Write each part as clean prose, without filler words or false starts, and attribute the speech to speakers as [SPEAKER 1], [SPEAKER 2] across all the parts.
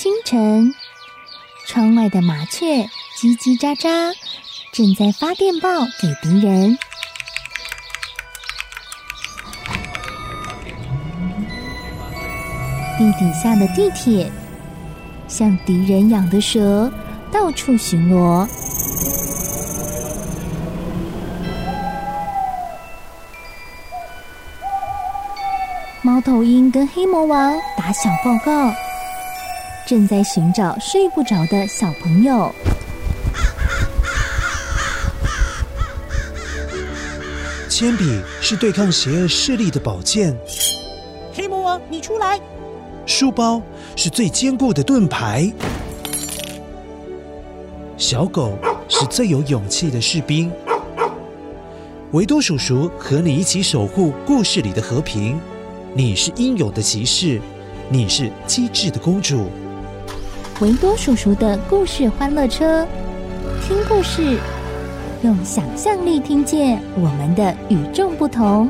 [SPEAKER 1] 清晨，窗外的麻雀叽叽喳喳，正在发电报给敌人。地底下的地铁像敌人养的蛇，到处巡逻。猫头鹰跟黑魔王打小报告，正在寻找睡不着的小朋友。
[SPEAKER 2] 铅笔是对抗邪恶势力的宝剑，
[SPEAKER 3] 黑魔王，你出来！
[SPEAKER 2] 书包是最坚固的盾牌，小狗是最有勇气的士兵。维多叔叔和你一起守护故事里的和平。你是英勇的骑士，你是机智的公主。
[SPEAKER 1] 维多叔叔的故事欢乐车，听故事，用想象力听见我们的与众不同。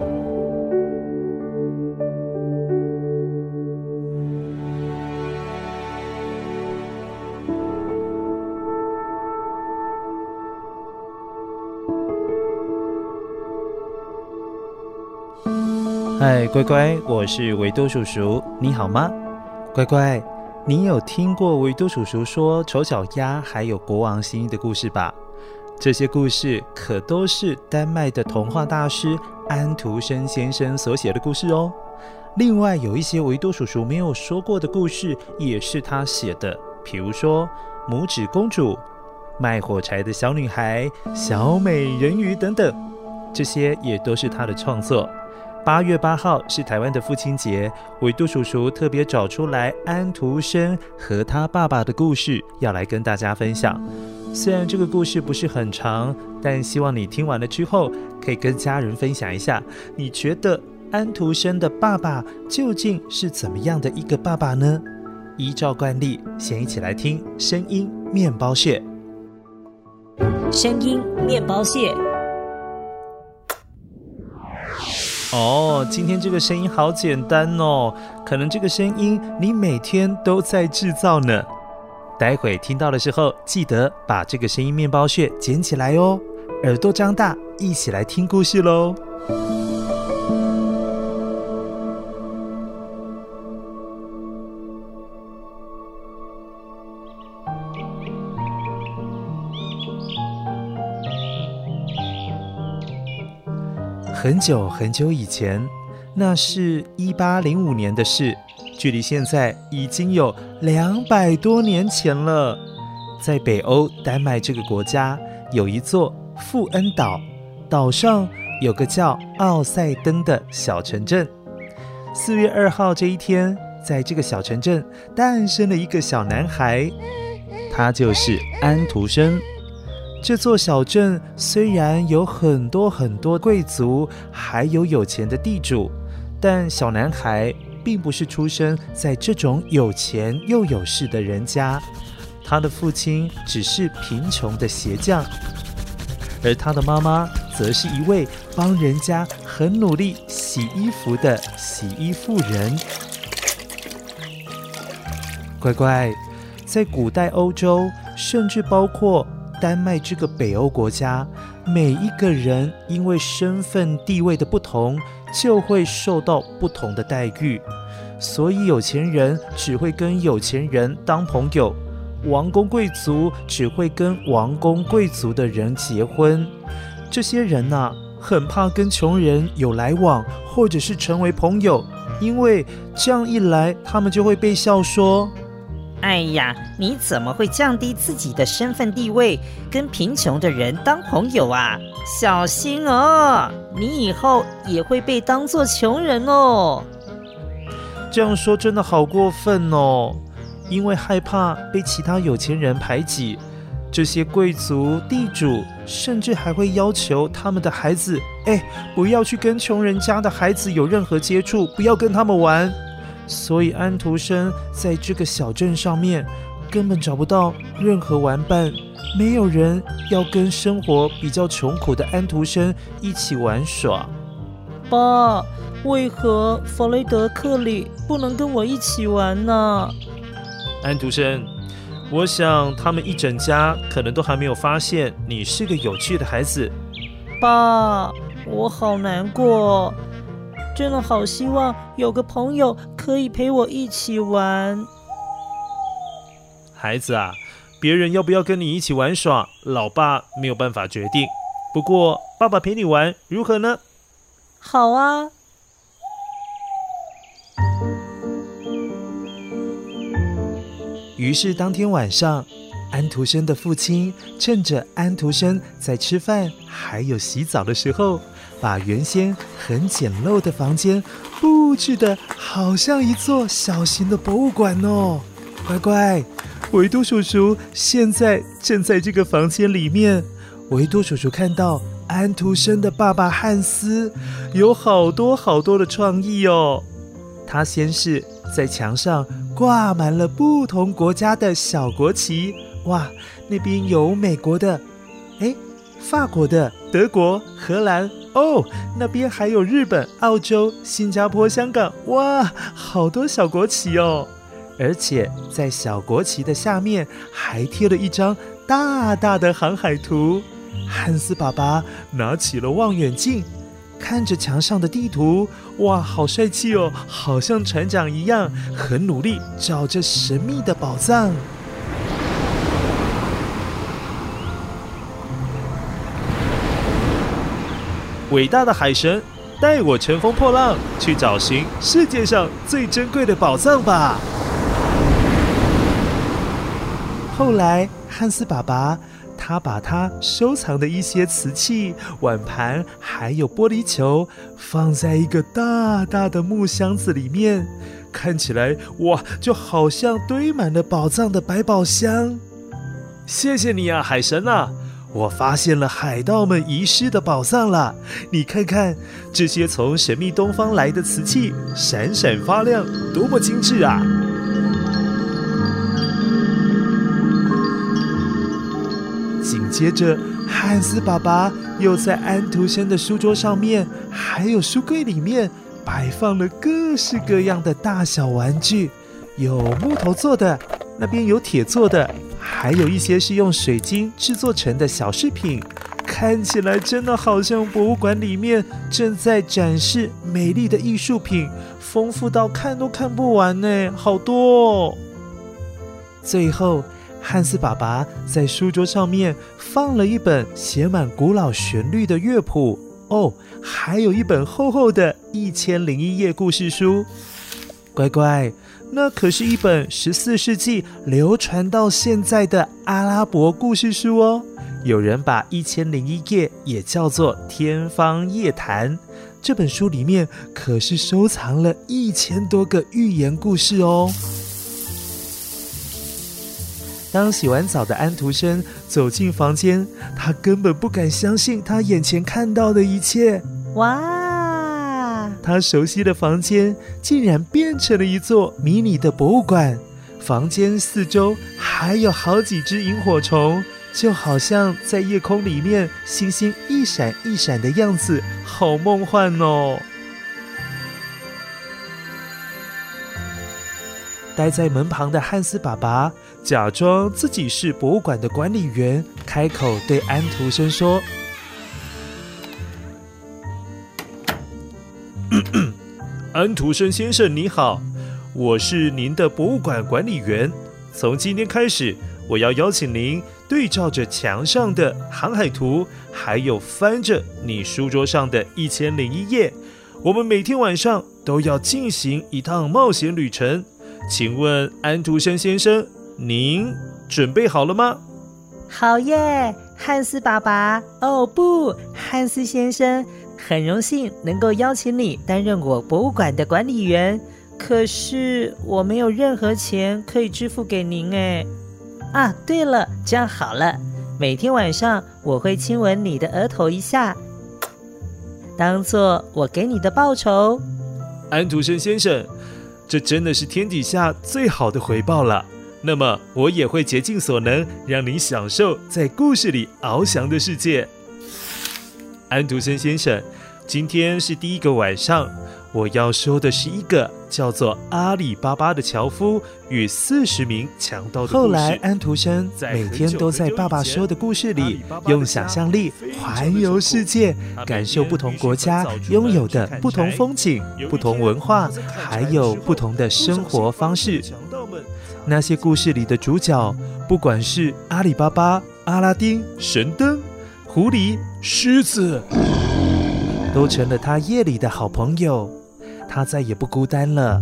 [SPEAKER 4] 嗨，乖乖，我是维多叔叔，你好吗？乖乖，你有听过维多叔叔说丑小鸭还有国王新衣的故事吧？这些故事可都是丹麦的童话大师安徒生先生所写的故事哦。另外有一些维多叔叔没有说过的故事也是他写的，比如说拇指公主、卖火柴的小女孩、小美人鱼等等，这些也都是他的创作。8月8号是台湾的父亲节，维多叔叔特别找出来安徒生和他爸爸的故事，要来跟大家分享。虽然这个故事不是很长，但希望你听完了之后，可以跟家人分享一下，你觉得安徒生的爸爸究竟是怎么样的一个爸爸呢？依照惯例，先一起来听声音面包屑。
[SPEAKER 5] 声音面包屑。
[SPEAKER 4] 哦，今天这个声音好简单哦，可能这个声音你每天都在制造呢。待会听到的时候，记得把这个声音面包屑捡起来哦，耳朵张大，一起来听故事咯。很久很久以前，那是1805年的事，距离现在已经有200多年前了。在北欧丹麦这个国家，有一座富恩岛，岛上有个叫奥赛登的小城镇。4月2号这一天，在这个小城镇诞生了一个小男孩，他就是安徒生。这座小镇虽然有很多很多贵族，还有有钱的地主，但小男孩并不是出生在这种有钱又有势的人家，他的父亲只是贫穷的鞋匠，而他的妈妈则是一位帮人家很努力洗衣服的洗衣妇人。乖乖，在古代欧洲，甚至包括丹麦这个北欧国家，每一个人因为身份地位的不同，就会受到不同的待遇。所以有钱人只会跟有钱人当朋友，王公贵族只会跟王公贵族的人结婚。这些人啊，很怕跟穷人有来往，或者是成为朋友，因为这样一来，他们就会被笑说，
[SPEAKER 5] 哎呀，你怎么会降低自己的身份地位，跟贫穷的人当朋友啊？小心哦，你以后也会被当作穷人哦。
[SPEAKER 4] 这样说真的好过分哦，因为害怕被其他有钱人排挤，这些贵族、地主甚至还会要求他们的孩子，不要去跟穷人家的孩子有任何接触，不要跟他们玩。所以安徒生在这个小镇上面根本找不到任何玩伴，没有人要跟生活比较穷苦的安徒生一起玩耍。
[SPEAKER 3] 爸，为何弗雷德克里不能跟我一起玩呢？
[SPEAKER 4] 安徒生，我想他们一整家可能都还没有发现你是个有趣的孩子。
[SPEAKER 3] 爸，我好难过，真的好希望有个朋友可以陪我一起玩。
[SPEAKER 4] 孩子啊，别人要不要跟你一起玩耍，老爸没有办法决定。不过爸爸陪你玩，如何呢？
[SPEAKER 3] 好啊。
[SPEAKER 2] 于是当天晚上，安徒生的父亲趁着安徒生在吃饭还有洗澡的时候，把原先很简陋的房间布置得好像一座小型的博物馆哦。乖乖，维多叔叔现在正在这个房间里面。维多叔叔看到安徒生的爸爸汉斯有好多好多的创意哦。他先是在墙上挂满了不同国家的小国旗，哇，那边有美国的，法国的，德国、荷兰，哦，那边还有日本、澳洲、新加坡、香港，哇，好多小国旗哦。而且在小国旗的下面还贴了一张大大的航海图。汉斯爸爸拿起了望远镜，看着墙上的地图，哇，好帅气哦，好像船长一样，很努力找着神秘的宝藏。
[SPEAKER 4] 伟大的海神，带我乘风破浪，去找寻世界上最珍贵的宝藏吧。
[SPEAKER 2] 后来汉斯爸爸他把他收藏的一些瓷器、碗盘还有玻璃球放在一个大大的木箱子里面，看起来哇，就好像堆满了宝藏的百宝箱。谢谢你啊，海神啊，我发现了海盗们遗失的宝藏了。你看看这些从神秘东方来的瓷器，闪闪发亮，多么精致啊！紧接着，汉斯爸爸又在安徒生的书桌上面，还有书柜里面摆放了各式各样的大小玩具，有木头做的，那边有铁做的，还有一些是用水晶制作成的小饰品，看起来真的好像博物馆里面正在展示美丽的艺术品，丰富到看都看不完呢，好多哦。最后汉斯爸爸在书桌上面放了一本写满古老旋律的乐谱哦，还有一本厚厚的1001页故事书。乖乖，那可是一本14世纪流传到现在的阿拉伯故事书哦。有人把1001页也叫做天方夜谭。这本书里面可是收藏了1000多个寓言故事哦。当洗完澡的安徒生走进房间，他根本不敢相信他眼前看到的一切。
[SPEAKER 3] 哇！
[SPEAKER 2] 他熟悉的房间竟然变成了一座迷你的博物馆，房间四周还有好几只萤火虫，就好像在夜空里面星星一闪一闪的样子，好梦幻哦。待在门旁的汉斯爸爸假装自己是博物馆的管理员，开口对安徒生说：
[SPEAKER 4] 安徒生先生你好，我是您的博物馆管理员。从今天开始，我要邀请您对照着墙上的航海图，还有翻着你书桌上的1001页，我们每天晚上都要进行一趟冒险旅程。请问安徒生先生，您准备好了吗？
[SPEAKER 3] 好耶，汉斯爸爸。哦不，汉斯先生，很荣幸能够邀请你担任我博物馆的管理员，可是我没有任何钱可以支付给您哎。啊，对了，这样好了，每天晚上我会亲吻你的额头一下，当做我给你的报酬。
[SPEAKER 4] 安徒生先生，这真的是天底下最好的回报了。那么我也会竭尽所能让您享受在故事里翱翔的世界。安徒生先生，今天是第一个晚上， 我要说的是一个叫做阿里巴巴的樵夫与40名强盗的故事。后来安徒生每天都在爸爸说的故事里，用想象力环游世界，感受不同国家拥有的不同风景、不同文化，还有不同的生活方式。那些故事里的主角，不管是阿里巴巴、阿拉丁、神灯、狐狸、狮子，都成了他夜里的好朋友。他再也不孤单了。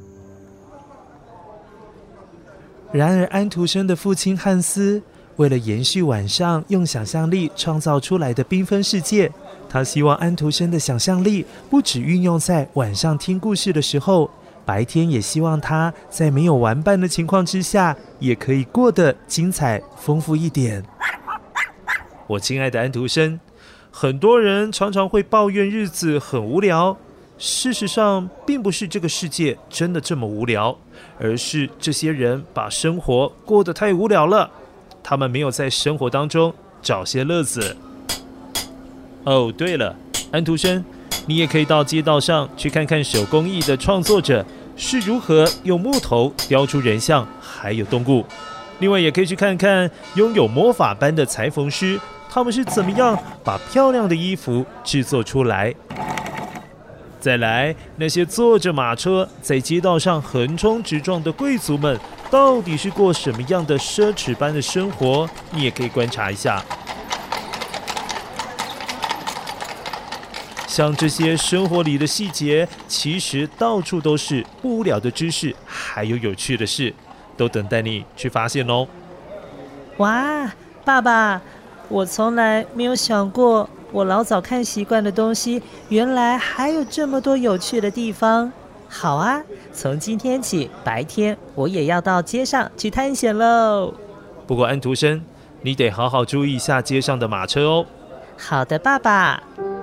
[SPEAKER 4] 然而安徒生的父亲汉斯为了延续晚上用想象力创造出来的缤纷世界，他希望安徒生的想象力不只运用在晚上听故事的时候，白天也希望他在没有玩伴的情况之下，也可以过得精彩丰富一点。我亲爱的安徒生，很多人常常会抱怨日子很无聊，事实上并不是这个世界真的这么无聊，而是这些人把生活过得太无聊了，他们没有在生活当中找些乐子。哦，对了，安徒生，你也可以到街道上去看看手工艺的创作者是如何用木头雕出人像还有动物，另外也可以去看看拥有魔法般的裁缝师，他们是怎么样把漂亮的衣服制作出来。再来，那些坐着马车在街道上横冲直撞的贵族们，到底是过什么样的奢侈般的生活，你也可以观察一下。像这些生活里的细节，其实到处都是不无聊的知识，还有有趣的事，都等待你去发现哦。
[SPEAKER 3] 哇，爸爸，我从来没有想过，我老早看习惯的东西，原来还有这么多有趣的地方。好啊，从今天起，白天我也要到街上去探险喽。
[SPEAKER 4] 不过安徒生，你得好好注意一下街上的马车哦。
[SPEAKER 3] 好的，爸爸。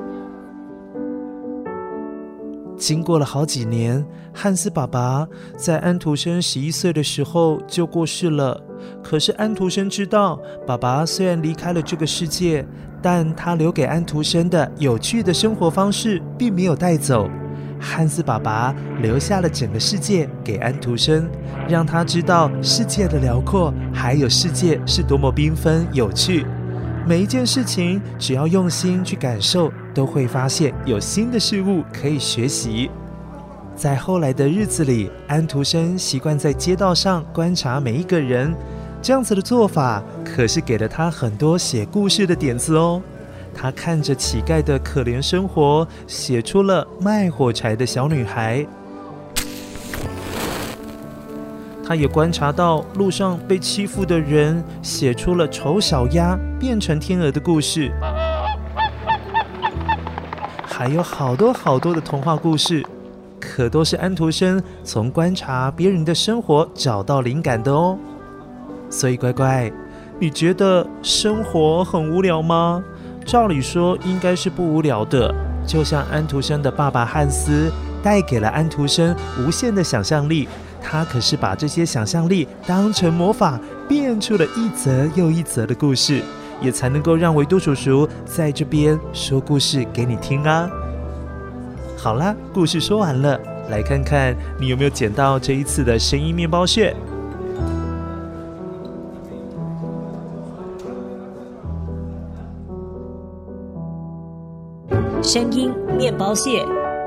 [SPEAKER 4] 经过了好几年，汉斯爸爸在安徒生11岁的时候就过世了。可是安徒生知道，爸爸虽然离开了这个世界，但他留给安徒生的有趣的生活方式并没有带走。汉斯爸爸留下了整个世界给安徒生，让他知道世界的辽阔，还有世界是多么缤纷有趣。每一件事情只要用心去感受，都会发现有新的事物可以学习。在后来的日子里，安徒生习惯在街道上观察每一个人，这样子的做法可是给了他很多写故事的点子哦。他看着乞丐的可怜生活，写出了卖火柴的小女孩。他也观察到路上被欺负的人，写出了丑小鸭变成天鹅的故事。还有好多好多的童话故事，可都是安徒生从观察别人的生活找到灵感的哦。所以乖乖，你觉得生活很无聊吗？照理说应该是不无聊的，就像安徒生的爸爸汉斯带给了安徒生无限的想象力，他可是把这些想象力当成魔法，变出了一则又一则的故事，也才能够让维多叔叔在这边说故事给你听啊。好啦，故事说完了，来看看你有没有捡到这一次的声音面包屑。
[SPEAKER 3] 声音面包屑。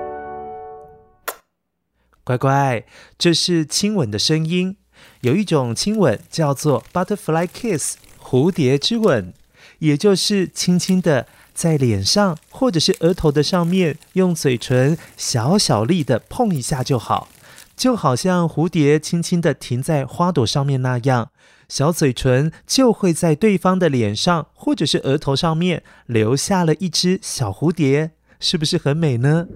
[SPEAKER 4] 乖乖，这是亲吻的声音。有一种亲吻叫做 butterfly kiss 蝴蝶之吻，也就是轻轻的在脸上或者是额头的上面用嘴唇小小力的碰一下就好，就好像蝴蝶轻轻的停在花朵上面那样，小嘴唇就会在对方的脸上或者是额头上面留下了一只小蝴蝶，是不是很美呢？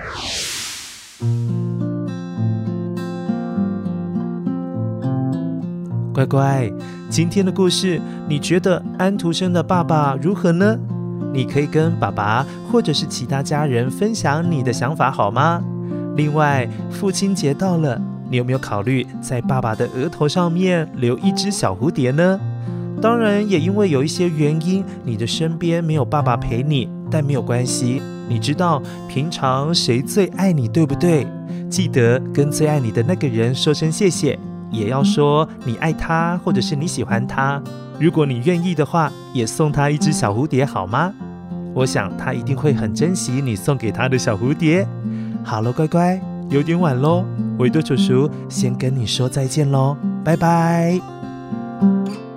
[SPEAKER 4] 乖乖，今天的故事你觉得安徒生的爸爸如何呢？你可以跟爸爸或者是其他家人分享你的想法好吗？另外，父亲节到了，你有没有考虑在爸爸的额头上面留一只小蝴蝶呢？当然，也因为有一些原因，你的身边没有爸爸陪你，但没有关系， 你知道平常谁最爱你，对不对？记得跟最爱你的那个人说声谢谢，也要说你爱他，或者是你喜欢他。如果你愿意的话，也送他一只小蝴蝶好吗？我想他一定会很珍惜你送给他的小蝴蝶。好了，乖乖，有点晚咯，维多叔叔先跟你说再见咯，拜拜。